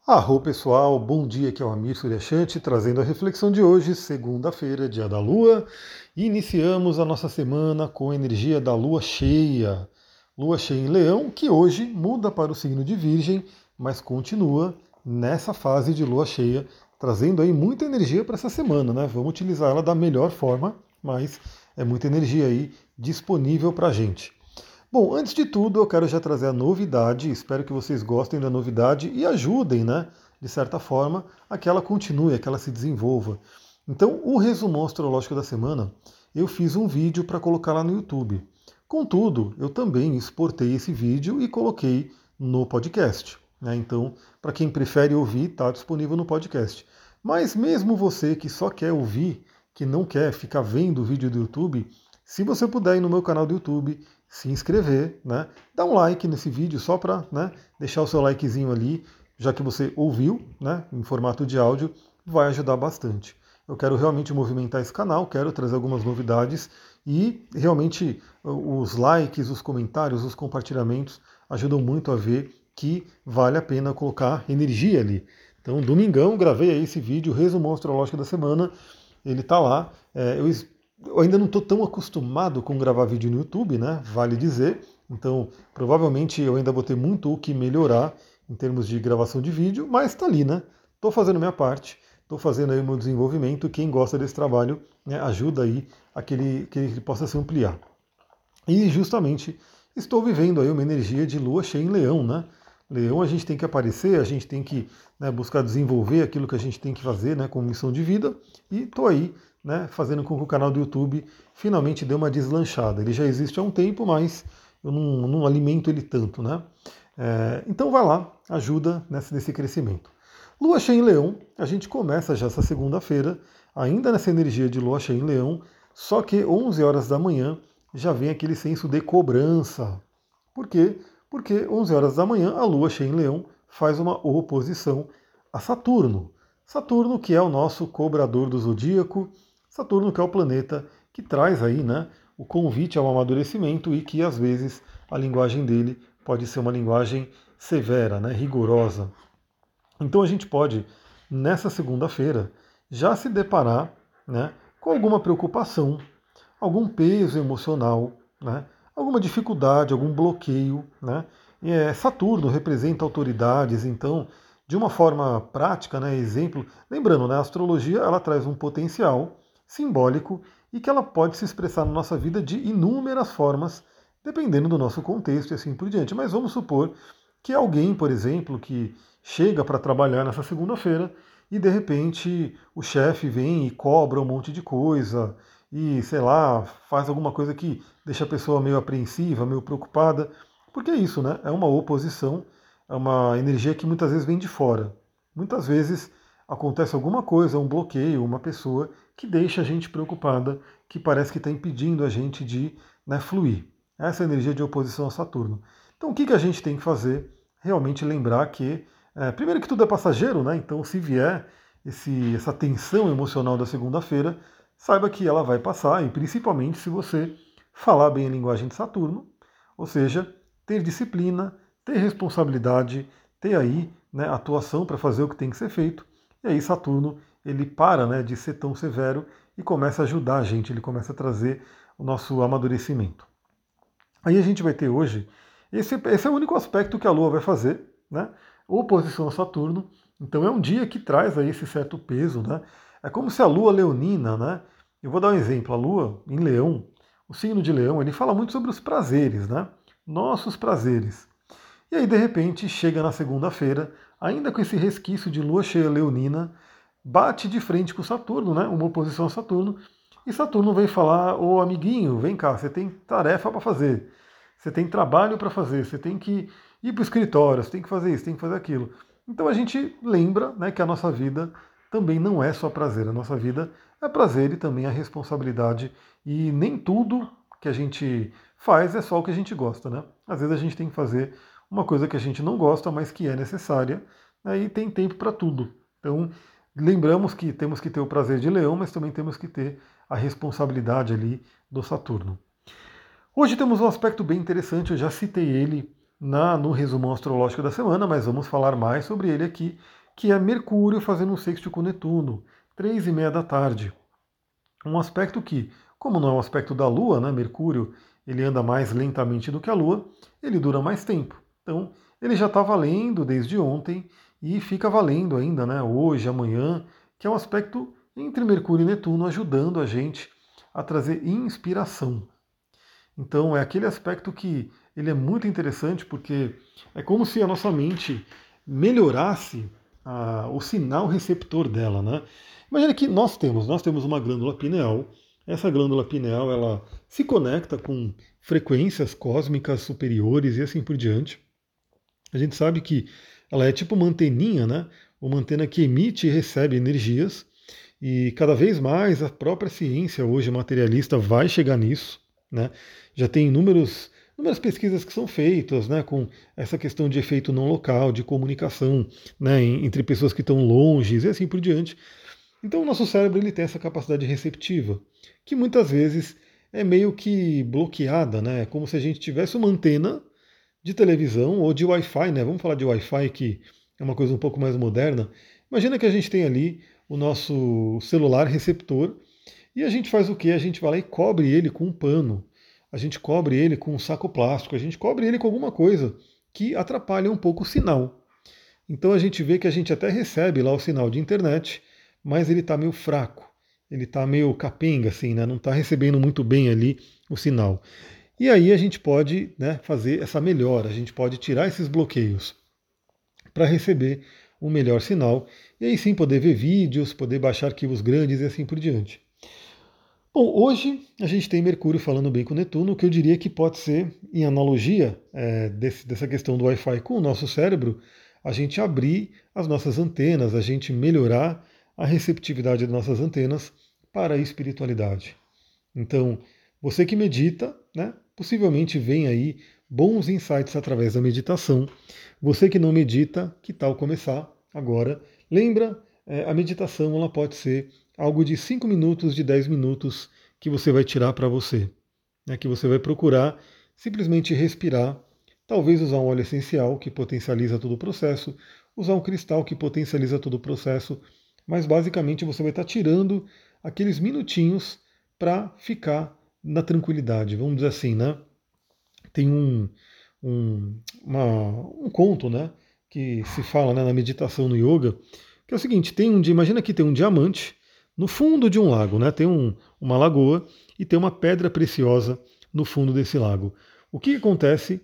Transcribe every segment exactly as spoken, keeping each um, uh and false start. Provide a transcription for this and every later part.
Arro pessoal, bom dia, aqui é o Amir Suryashanti, trazendo a reflexão de hoje, segunda-feira, dia da Lua. Iniciamos a nossa semana com a energia da Lua cheia. Lua cheia em Leão, que hoje muda para o signo de Virgem, mas continua nessa fase de Lua cheia, trazendo aí muita energia para essa semana, né? Vamos utilizar ela da melhor forma, mas é muita energia aí disponível para a gente. Bom, antes de tudo, eu quero já trazer a novidade, espero que vocês gostem da novidade e ajudem, né, de certa forma, a que ela continue, a que ela se desenvolva. Então, o resumo astrológico da semana, eu fiz um vídeo para colocar lá no YouTube. Contudo, eu também exportei esse vídeo e coloquei no podcast. Né? Então, para quem prefere ouvir, está disponível no podcast. Mas mesmo você que só quer ouvir, que não quer ficar vendo o vídeo do YouTube, se você puder ir no meu canal do YouTube, se inscrever, né? Dá um like nesse vídeo só para, né, deixar o seu likezinho ali, já que você ouviu, né, em formato de áudio, vai ajudar bastante. Eu quero realmente movimentar esse canal, quero trazer algumas novidades e realmente os likes, os comentários, os compartilhamentos ajudam muito a ver que vale a pena colocar energia ali. Então, domingão, gravei aí esse vídeo, resumo astrológico da semana, ele está lá. É, eu eu ainda não estou tão acostumado com gravar vídeo no YouTube, né? Vale dizer. Então, provavelmente eu ainda vou ter muito o que melhorar em termos de gravação de vídeo, mas está ali, né? Estou fazendo minha parte, estou fazendo aí o meu desenvolvimento. Quem gosta desse trabalho, né, ajuda aí a que ele, que ele possa se ampliar. E justamente estou vivendo aí uma energia de lua cheia em Leão, né? Leão a gente tem que aparecer, a gente tem que, né, buscar desenvolver aquilo que a gente tem que fazer, né, como missão de vida. E estou aí, né, fazendo com que o canal do YouTube finalmente dê uma deslanchada. Ele já existe há um tempo, mas eu não, não alimento ele tanto, né? É, então vai lá, ajuda nesse, nesse crescimento. Lua cheia em Leão, a gente começa já essa segunda-feira, ainda nessa energia de lua cheia em Leão, só que onze horas da manhã já vem aquele senso de cobrança. Por quê? Porque onze horas da manhã a lua cheia em Leão faz uma oposição a Saturno. Saturno, que é o nosso cobrador do zodíaco, Saturno, que é o planeta que traz aí, né, o convite ao amadurecimento e que às vezes a linguagem dele pode ser uma linguagem severa, né, rigorosa. Então a gente pode, nessa segunda-feira, já se deparar, né, com alguma preocupação, algum peso emocional, né, alguma dificuldade, algum bloqueio. Né. É, Saturno representa autoridades, então, de uma forma prática, né, exemplo, lembrando, né, a astrologia ela traz um potencial simbólico e que ela pode se expressar na nossa vida de inúmeras formas, dependendo do nosso contexto e assim por diante. Mas vamos supor que alguém, por exemplo, que chega para trabalhar nessa segunda-feira e de repente o chefe vem e cobra um monte de coisa e, sei lá, faz alguma coisa que deixa a pessoa meio apreensiva, meio preocupada, porque é isso, né? É uma oposição, é uma energia que muitas vezes vem de fora. Muitas vezes acontece alguma coisa, um bloqueio, uma pessoa que deixa a gente preocupada, que parece que está impedindo a gente de, né, fluir. Essa é a energia de oposição a Saturno. Então o que, que a gente tem que fazer? Realmente lembrar que, é, primeiro que tudo é passageiro, né? Então se vier esse, essa tensão emocional da segunda-feira, saiba que ela vai passar, e principalmente se você falar bem a linguagem de Saturno, ou seja, ter disciplina, ter responsabilidade, ter aí, né, atuação para fazer o que tem que ser feito. E aí Saturno ele para, né, de ser tão severo e começa a ajudar a gente, ele começa a trazer o nosso amadurecimento. Aí a gente vai ter hoje, esse, esse é o único aspecto que a Lua vai fazer, né? Oposição a Saturno. Então é um dia que traz aí esse certo peso, né? É como se a Lua leonina, né? Eu vou dar um exemplo, a Lua em Leão, o signo de Leão, ele fala muito sobre os prazeres, né? Nossos prazeres. E aí, de repente, chega na segunda-feira, ainda com esse resquício de Lua cheia leonina, bate de frente com Saturno, né? Uma oposição a Saturno, e Saturno vem falar: ô amiguinho, vem cá, você tem tarefa para fazer, você tem trabalho para fazer, você tem que ir para o escritório, você tem que fazer isso, tem que fazer aquilo. Então a gente lembra, né, que a nossa vida também não é só prazer, a nossa vida é prazer e também a responsabilidade, e nem tudo que a gente faz é só o que a gente gosta. Né? Às vezes a gente tem que fazer uma coisa que a gente não gosta, mas que é necessária, né, e tem tempo para tudo. Então, lembramos que temos que ter o prazer de Leão, mas também temos que ter a responsabilidade ali do Saturno. Hoje temos um aspecto bem interessante, eu já citei ele na, no resumo astrológico da semana, mas vamos falar mais sobre ele aqui, que é Mercúrio fazendo um sexto com Netuno, três e meia da tarde. Um aspecto que, como não é um aspecto da Lua, né, Mercúrio, ele anda mais lentamente do que a Lua, ele dura mais tempo. Então, ele já está valendo desde ontem e fica valendo ainda, né, hoje, amanhã, que é um aspecto entre Mercúrio e Netuno ajudando a gente a trazer inspiração. Então, é aquele aspecto que ele é muito interessante porque é como se a nossa mente melhorasse a, o sinal receptor dela, né? Imagina que nós temos, nós temos uma glândula pineal. Essa glândula pineal, ela se conecta com frequências cósmicas superiores e assim por diante. A gente sabe que ela é tipo uma anteninha, né? Uma antena que emite e recebe energias. E cada vez mais a própria ciência hoje materialista vai chegar nisso, né? Já tem inúmeros, inúmeras pesquisas que são feitas, né, com essa questão de efeito não local, de comunicação, né, entre pessoas que estão longe e assim por diante. Então o nosso cérebro ele tem essa capacidade receptiva, que muitas vezes é meio que bloqueada, né, como se a gente tivesse uma antena de televisão ou de Wi-Fi, né? Vamos falar de Wi-Fi, que é uma coisa um pouco mais moderna. Imagina que a gente tem ali o nosso celular receptor e a gente faz o quê? A gente vai lá e cobre ele com um pano, a gente cobre ele com um saco plástico, a gente cobre ele com alguma coisa que atrapalha um pouco o sinal. Então a gente vê que a gente até recebe lá o sinal de internet, mas ele está meio fraco, ele está meio capenga, assim, né? Não está recebendo muito bem ali o sinal. E aí a gente pode, né, fazer essa melhora, a gente pode tirar esses bloqueios para receber um melhor sinal e aí sim poder ver vídeos, poder baixar arquivos grandes e assim por diante. Bom, hoje a gente tem Mercúrio falando bem com Netuno, que eu diria que pode ser, em analogia é, desse, dessa questão do Wi-Fi com o nosso cérebro, a gente abrir as nossas antenas, a gente melhorar a receptividade das nossas antenas para a espiritualidade. Então, você que medita, né, possivelmente vem aí bons insights através da meditação. Você que não medita, que tal começar agora? Lembra, é, a meditação ela pode ser algo de cinco minutos, de dez minutos que você vai tirar para você, né, que você vai procurar simplesmente respirar, talvez usar um óleo essencial que potencializa todo o processo, usar um cristal que potencializa todo o processo, mas basicamente você vai estar tirando aqueles minutinhos para ficar na tranquilidade, vamos dizer assim, né? Tem um, um, uma, um conto, né, que se fala, né, na meditação no yoga, que é o seguinte, tem um, imagina que tem um diamante no fundo de um lago, né, tem um, uma lagoa e tem uma pedra preciosa no fundo desse lago. O que acontece?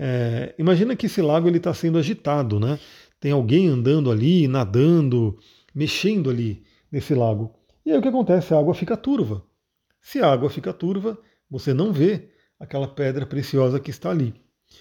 É, imagina que esse lago ele está sendo agitado, né? Tem alguém andando ali, nadando, mexendo ali nesse lago. E aí o que acontece? A água fica turva. Se a água fica turva, você não vê aquela pedra preciosa que está ali.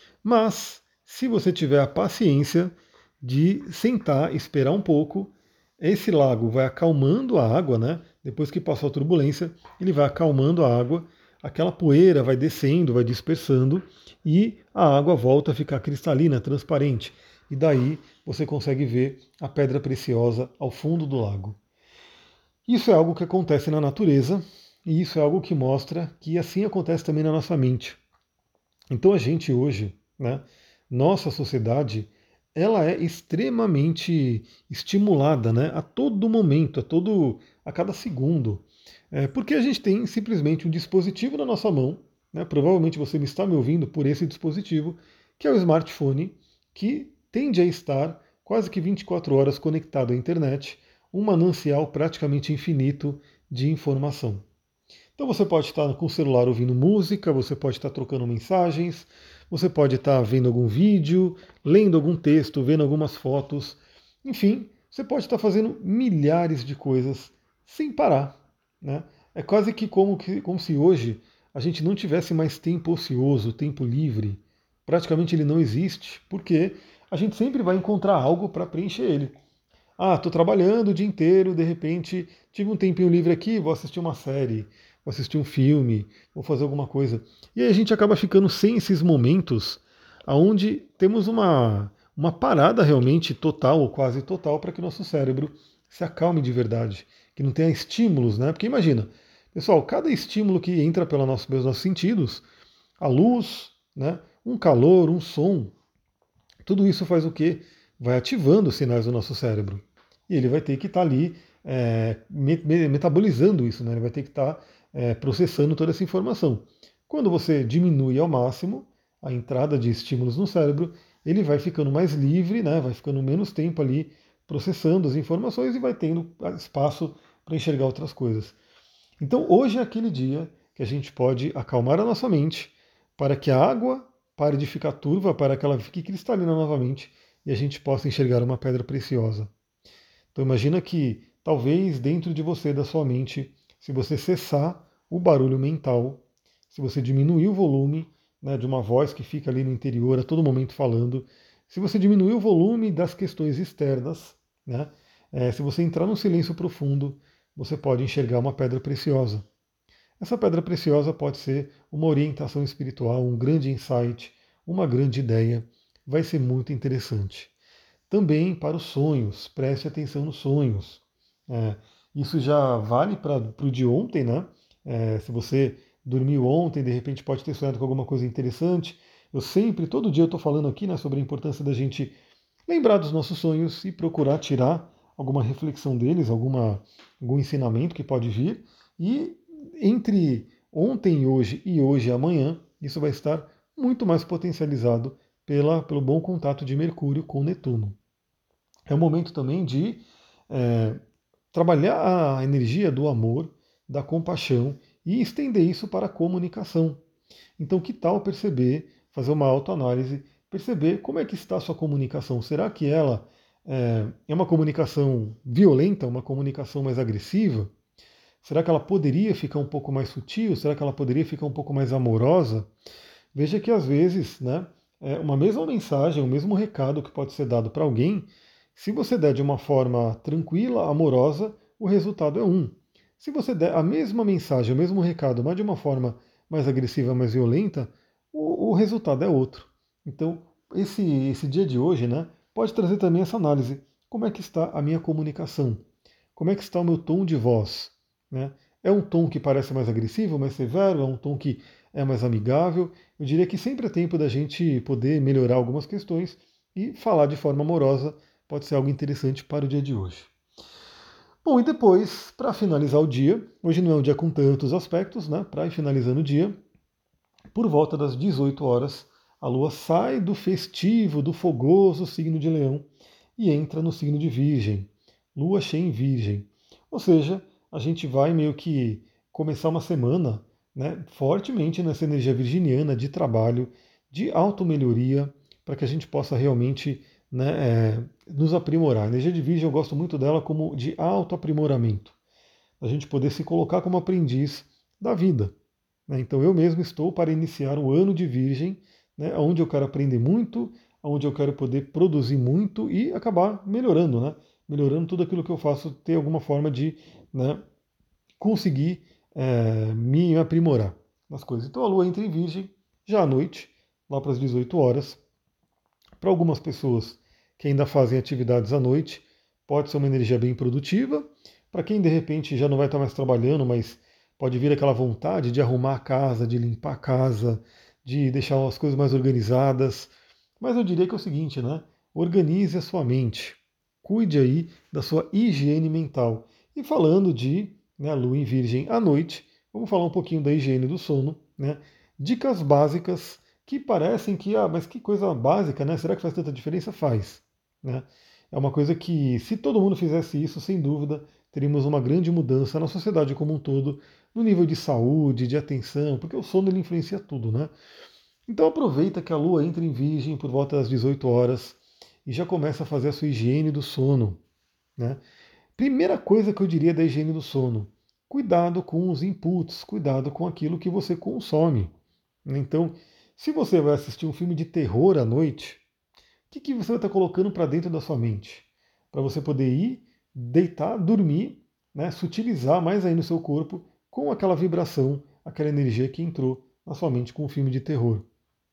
Mas, se você tiver a paciência de sentar, esperar um pouco, esse lago vai acalmando a água, né? Depois que passou a turbulência, ele vai acalmando a água, aquela poeira vai descendo, vai dispersando e a água volta a ficar cristalina, transparente. E daí você consegue ver a pedra preciosa ao fundo do lago. Isso é algo que acontece na natureza e isso é algo que mostra que assim acontece também na nossa mente. Então a gente hoje, né, nossa sociedade, ela é extremamente estimulada, né, a todo momento, a todo, a cada segundo, é, porque a gente tem simplesmente um dispositivo na nossa mão, né, provavelmente você me está me ouvindo por esse dispositivo, que é o smartphone, que tende a estar quase que vinte e quatro horas conectado à internet, um manancial praticamente infinito de informação. Então você pode estar com o celular ouvindo música, você pode estar trocando mensagens, você pode estar vendo algum vídeo, lendo algum texto, vendo algumas fotos, enfim, você pode estar fazendo milhares de coisas sem parar, né? É quase que como, que como se hoje a gente não tivesse mais tempo ocioso, tempo livre. Praticamente ele não existe, porque a gente sempre vai encontrar algo para preencher ele. Ah, estou trabalhando o dia inteiro, de repente tive um tempinho livre aqui, vou assistir uma série, vou assistir um filme, vou fazer alguma coisa. E aí a gente acaba ficando sem esses momentos onde temos uma, uma parada realmente total ou quase total para que o nosso cérebro se acalme de verdade, que não tenha estímulos, né? Porque imagina, pessoal, cada estímulo que entra pelo nosso, pelos nossos sentidos, a luz, né? um calor, um som, tudo isso faz o quê? Vai ativando os sinais do nosso cérebro. E ele vai ter que estar ali é, metabolizando isso, né? Ele vai ter que estar é, processando toda essa informação. Quando você diminui ao máximo a entrada de estímulos no cérebro, ele vai ficando mais livre, né? Vai ficando menos tempo ali processando as informações e vai tendo espaço para enxergar outras coisas. Então hoje é aquele dia que a gente pode acalmar a nossa mente para que a água pare de ficar turva, para que ela fique cristalina novamente e a gente possa enxergar uma pedra preciosa. Então imagina que talvez dentro de você, da sua mente, se você cessar o barulho mental, se você diminuir o volume, né, de uma voz que fica ali no interior a todo momento falando, se você diminuir o volume das questões externas, né, é, se você entrar num silêncio profundo, você pode enxergar uma pedra preciosa. Essa pedra preciosa pode ser uma orientação espiritual, um grande insight, uma grande ideia. Vai ser muito interessante. Também para os sonhos, preste atenção nos sonhos. É, isso já vale para o de ontem, né? É, se você dormiu ontem, de repente pode ter sonhado com alguma coisa interessante. Eu sempre, todo dia eu estou falando aqui, né, sobre a importância da gente lembrar dos nossos sonhos e procurar tirar alguma reflexão deles, alguma, algum ensinamento que pode vir. E entre ontem e hoje e hoje e amanhã, isso vai estar muito mais potencializado pela, pelo bom contato de Mercúrio com Netuno. É um momento também de é, trabalhar a energia do amor, da compaixão e estender isso para a comunicação. Então, que tal perceber, fazer uma autoanálise, perceber como é que está a sua comunicação? Será que ela é, é uma comunicação violenta, uma comunicação mais agressiva? Será que ela poderia ficar um pouco mais sutil? Será que ela poderia ficar um pouco mais amorosa? Veja que às vezes, né, é uma mesma mensagem, o mesmo recado que pode ser dado para alguém, se você der de uma forma tranquila, amorosa, o resultado é um. Se você der a mesma mensagem, o mesmo recado, mas de uma forma mais agressiva, mais violenta, o, o resultado é outro. Então, esse, esse dia de hoje, né, pode trazer também essa análise. Como é que está a minha comunicação? Como é que está o meu tom de voz? Né? É um tom que parece mais agressivo, mais severo? É um tom que é mais amigável? Eu diria que sempre é tempo da gente poder melhorar algumas questões e falar de forma amorosa pode ser algo interessante para o dia de hoje. Bom, e depois, para finalizar o dia, hoje não é um dia com tantos aspectos, né? Para ir finalizando o dia, por volta das dezoito horas, a Lua sai do festivo, do fogoso signo de Leão e entra no signo de Virgem. Lua cheia em Virgem. Ou seja, a gente vai meio que começar uma semana, né, fortemente nessa energia virginiana de trabalho, de auto-melhoria, para que a gente possa realmente, né, é, nos aprimorar. A energia de Virgem eu gosto muito dela como de auto-aprimoramento. A gente poder se colocar como aprendiz da vida. Né? Então eu mesmo estou para iniciar o ano de Virgem, né, onde eu quero aprender muito, onde eu quero poder produzir muito e acabar melhorando, né? Melhorando tudo aquilo que eu faço, ter alguma forma de, né, conseguir é, me aprimorar nas coisas. Então a Lua entra em Virgem já à noite, lá para as dezoito horas. Para algumas pessoas que ainda fazem atividades à noite, pode ser uma energia bem produtiva. Para quem de repente já não vai estar mais trabalhando, mas pode vir aquela vontade de arrumar a casa, de limpar a casa, de deixar as coisas mais organizadas. Mas eu diria que é o seguinte, né? Organize a sua mente. Cuide aí da sua higiene mental. E falando de, né, Lua em Virgem à noite, vamos falar um pouquinho da higiene do sono, né? Dicas básicas que parecem que, ah, mas que coisa básica, né? Será que faz tanta diferença? Faz, né? É uma coisa que, se todo mundo fizesse isso, sem dúvida, teríamos uma grande mudança na sociedade como um todo, no nível de saúde, de atenção, porque o sono ele influencia tudo, né? Então aproveita que a Lua entra em Virgem por volta das dezoito horas e já começa a fazer a sua higiene do sono, né? Primeira coisa que eu diria da higiene do sono, cuidado com os inputs, cuidado com aquilo que você consome. Então, se você vai assistir um filme de terror à noite, o que, que você vai estar colocando para dentro da sua mente? Para você poder ir, deitar, dormir, né, sutilizar mais aí no seu corpo com aquela vibração, aquela energia que entrou na sua mente com o filme de terror.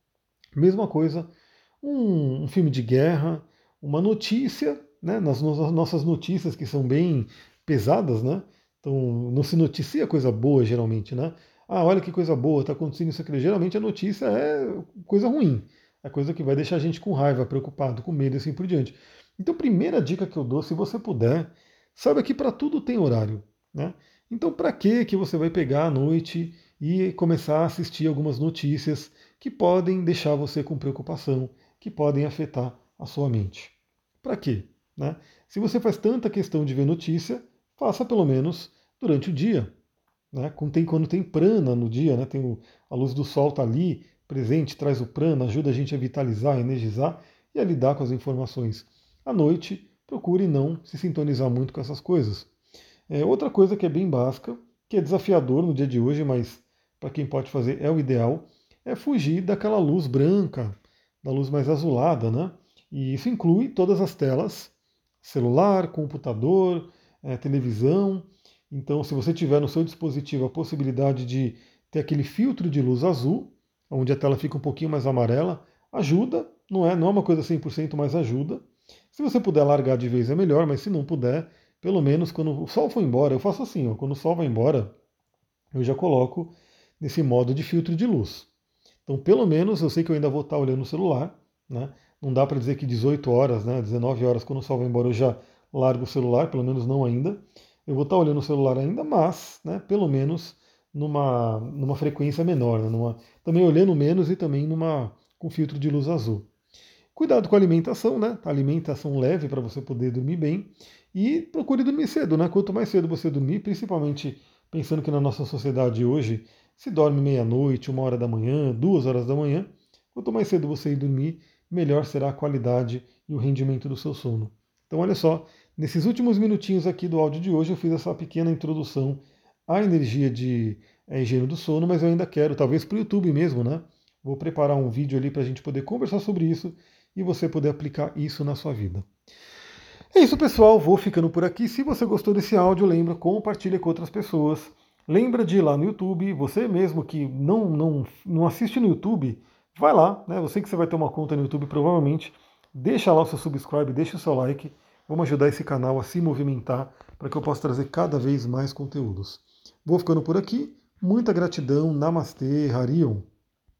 Mesma coisa, um, um filme de guerra, uma notícia, né, nas no- nossas notícias que são bem pesadas, né? Então não se noticia coisa boa geralmente, né? Ah, olha que coisa boa, está acontecendo isso aqui. Geralmente a notícia é coisa ruim, é coisa que vai deixar a gente com raiva, preocupado, com medo e assim por diante. Então, primeira dica que eu dou, se você puder, saiba que para tudo tem horário, né? Então, para que que você vai pegar à noite e começar a assistir algumas notícias que podem deixar você com preocupação, que podem afetar a sua mente? Para quê? Né? Se você faz tanta questão de ver notícia, faça pelo menos durante o dia. Né? Quando, tem, quando tem prana no dia, né? Tem o, a luz do sol está ali presente, traz o prana, ajuda a gente a vitalizar, a energizar e a lidar com as informações. À noite, procure não se sintonizar muito com essas coisas. É, outra coisa que é bem básica, que é desafiador no dia de hoje, mas para quem pode fazer é o ideal, é fugir daquela luz branca, da luz mais azulada, né? E isso inclui todas as telas, celular, computador, é, televisão. Então, se você tiver no seu dispositivo a possibilidade de ter aquele filtro de luz azul, onde a tela fica um pouquinho mais amarela, ajuda, não é, não é uma coisa cem por cento, mas ajuda. Se você puder largar de vez é melhor, mas se não puder, pelo menos quando o sol for embora, eu faço assim, ó, quando o sol vai embora, eu já coloco nesse modo de filtro de luz. Então, pelo menos, eu sei que eu ainda vou estar olhando o celular, né? Não dá para dizer que dezoito horas, né, dezenove horas, quando o sol vai embora, eu já largo o celular, pelo menos não ainda. Eu vou estar olhando o celular ainda, mas, né, pelo menos numa, numa frequência menor, né, numa, também olhando menos e também numa, com filtro de luz azul. Cuidado com a alimentação, né? Alimentação leve para você poder dormir bem. E procure dormir cedo, né? Quanto mais cedo você dormir, principalmente pensando que na nossa sociedade hoje se dorme meia-noite, uma hora da manhã, duas horas da manhã. Quanto mais cedo você ir dormir, melhor será a qualidade e o rendimento do seu sono. Então, olha só, nesses últimos minutinhos aqui do áudio de hoje, eu fiz essa pequena introdução à energia de é, higiene do sono, mas eu ainda quero, talvez para o YouTube mesmo, né? Vou preparar um vídeo ali para a gente poder conversar sobre isso e você poder aplicar isso na sua vida. É isso, pessoal. Vou ficando por aqui. Se você gostou desse áudio, lembra, compartilha com outras pessoas. Lembra de ir lá no YouTube. Você mesmo que não, não, não assiste no YouTube, vai lá, né? Eu sei que você vai ter uma conta no YouTube, provavelmente. Deixa lá o seu subscribe, deixa o seu like. Vamos ajudar esse canal a se movimentar para que eu possa trazer cada vez mais conteúdos. Vou ficando por aqui. Muita gratidão. Namastê, Harion.